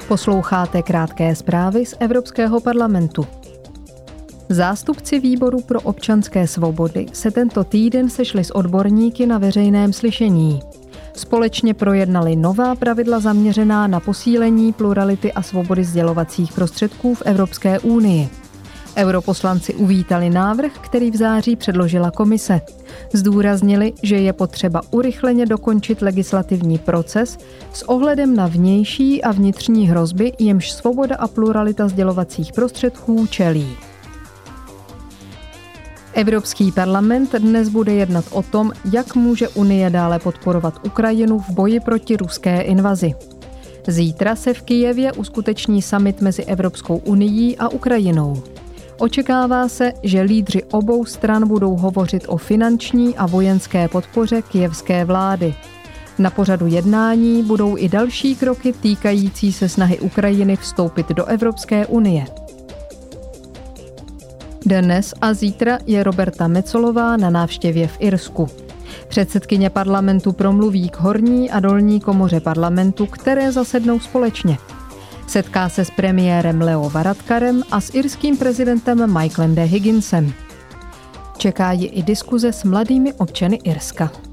Posloucháte krátké zprávy z Evropského parlamentu. Zástupci Výboru pro občanské svobody se tento týden sešli s odborníky na veřejném slyšení. Společně projednali nová pravidla zaměřená na posílení plurality a svobody sdělovacích prostředků v Evropské unii. Europoslanci uvítali návrh, který v září předložila komise. Zdůraznili, že je potřeba urychleně dokončit legislativní proces s ohledem na vnější a vnitřní hrozby, jimž svoboda a pluralita sdělovacích prostředků čelí. Evropský parlament dnes bude jednat o tom, jak může Unie dále podporovat Ukrajinu v boji proti ruské invazi. Zítra se v Kyjevě uskuteční summit mezi Evropskou unií a Ukrajinou. Očekává se, že lídři obou stran budou hovořit o finanční a vojenské podpoře kyjevské vlády. Na pořadu jednání budou i další kroky týkající se snahy Ukrajiny vstoupit do Evropské unie. Dnes a zítra je Roberta Metsolová na návštěvě v Irsku. Předsedkyně parlamentu promluví k horní a dolní komoře parlamentu, které zasednou společně. Setká se s premiérem Leo Varadkarem a s irským prezidentem Michaelem D. Higginsem. Čeká ji i diskuze s mladými občany Irska.